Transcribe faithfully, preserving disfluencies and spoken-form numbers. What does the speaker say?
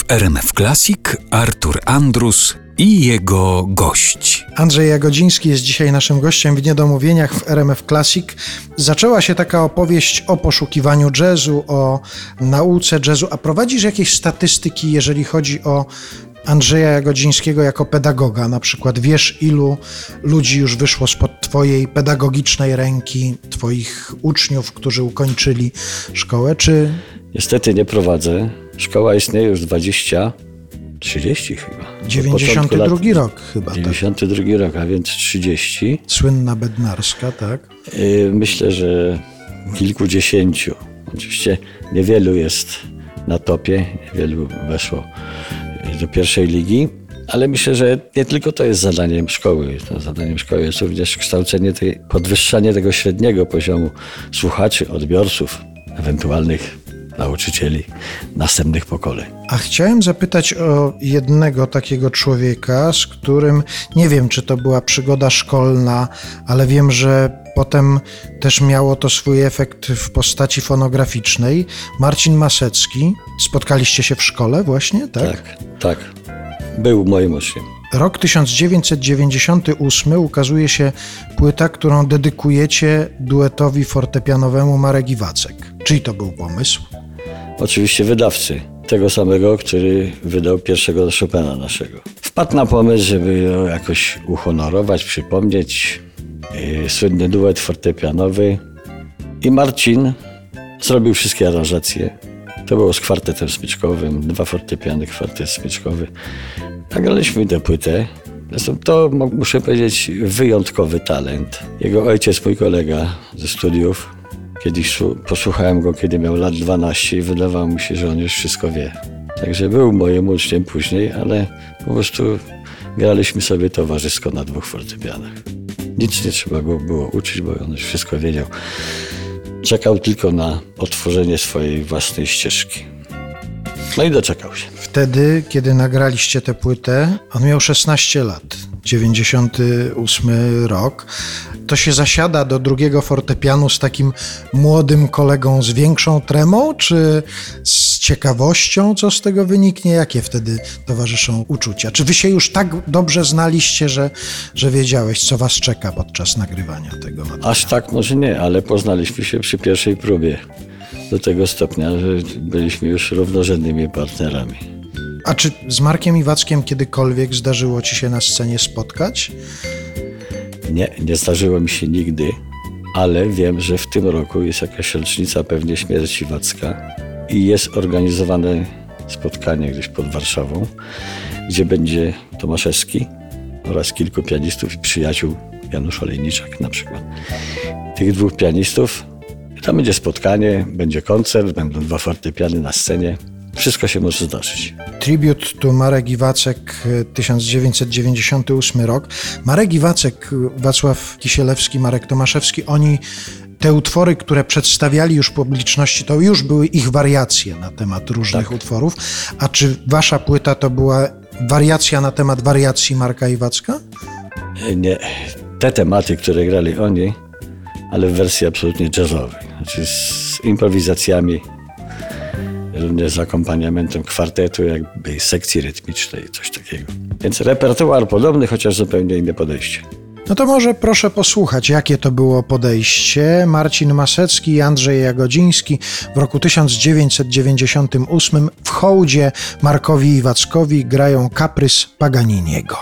W R M F Classic Artur Andrus i jego gość. Andrzej Jagodziński jest dzisiaj naszym gościem w Niedomówieniach w R M F Classic. Zaczęła się taka opowieść o poszukiwaniu jazzu, o nauce jazzu, a prowadzisz jakieś statystyki, jeżeli chodzi o Andrzeja Jagodzińskiego jako pedagoga? Na przykład wiesz, ilu ludzi już wyszło spod twojej pedagogicznej ręki, twoich uczniów, którzy ukończyli szkołę, czy... Niestety nie prowadzę. Szkoła istnieje już dwadzieścia, trzydzieści chyba. dziewięćdziesiąty drugi rok chyba. dziewięćdziesiąty drugi tak. rok, a więc trzydzieści. Słynna Bednarska, tak? Myślę, że kilkudziesięciu. Oczywiście niewielu jest na topie, niewielu weszło do pierwszej ligi, ale myślę, że nie tylko to jest zadaniem szkoły. To zadaniem szkoły jest również kształcenie, tej, podwyższanie tego średniego poziomu słuchaczy, odbiorców, ewentualnych nauczycieli następnych pokoleń. A chciałem zapytać o jednego takiego człowieka, z którym, nie wiem, czy to była przygoda szkolna, ale wiem, że potem też miało to swój efekt w postaci fonograficznej. Marcin Masecki. Spotkaliście się w szkole właśnie, tak? Tak, tak. Był moim uczniem. Rok tysiąc dziewięćset dziewięćdziesiąty ósmy ukazuje się płyta, którą dedykujecie duetowi fortepianowemu Marek Iwacek. Czyj to był pomysł? Oczywiście wydawcy, tego samego, który wydał pierwszego Chopina naszego. Wpadł na pomysł, żeby go jakoś uhonorować, przypomnieć. Yy, słynny duet fortepianowy. I Marcin zrobił wszystkie aranżacje. To było z kwartetem smyczkowym, dwa fortepiany, kwartet smyczkowy. Nagraliśmy tę płytę. Zresztą to, muszę powiedzieć, wyjątkowy talent. Jego ojciec, mój kolega ze studiów, kiedyś posłuchałem go, kiedy miał lat dwanaście i wydawało mi się, że on już wszystko wie. Także był moim uczniem później, ale po prostu graliśmy sobie towarzysko na dwóch fortepianach. Nic nie trzeba go było uczyć, bo on już wszystko wiedział. Czekał tylko na otworzenie swojej własnej ścieżki. No i doczekał się. Wtedy, kiedy nagraliście tę płytę, on miał szesnaście lat, dziewięćdziesiąty ósmy rok. To się zasiada do drugiego fortepianu z takim młodym kolegą z większą tremą, czy z ciekawością, co z tego wyniknie? Jakie wtedy towarzyszą uczucia? Czy wy się już tak dobrze znaliście, że, że wiedziałeś, co was czeka podczas nagrywania tego materiału? Aż tak może nie, ale poznaliśmy się przy pierwszej próbie. Do tego stopnia, że byliśmy już równorzędnymi partnerami. A czy z Markiem Iwackiem kiedykolwiek zdarzyło ci się na scenie spotkać? Nie, nie zdarzyło mi się nigdy, ale wiem, że w tym roku jest jakaś rocznica pewnie śmierci Iwacka i jest organizowane spotkanie gdzieś pod Warszawą, gdzie będzie Tomaszewski oraz kilku pianistów i przyjaciół, Janusz Olejniczak na przykład. Tych dwóch pianistów. Tam będzie spotkanie, będzie koncert, będą dwa fortepiany na scenie. Wszystko się może zdarzyć. Tribute to Marek Iwacek, tysiąc dziewięćset dziewięćdziesiąty ósmy rok. Marek Iwacek, Wacław Kisielewski, Marek Tomaszewski, oni te utwory, które przedstawiali już publiczności, to już były ich wariacje na temat różnych tak. utworów. A czy wasza płyta to była wariacja na temat wariacji Marka Iwacka? Nie, te tematy, które grali oni, ale w wersji absolutnie jazzowej. Znaczy z improwizacjami, również z akompaniamentem kwartetu, jakby sekcji rytmicznej, coś takiego. Więc repertuar podobny, chociaż zupełnie inne podejście. No to może proszę posłuchać, jakie to było podejście. Marcin Masecki i Andrzej Jagodziński w roku tysiąc dziewięćset dziewięćdziesiątym ósmym w hołdzie Markowi Iwackowi grają kaprys Paganiniego.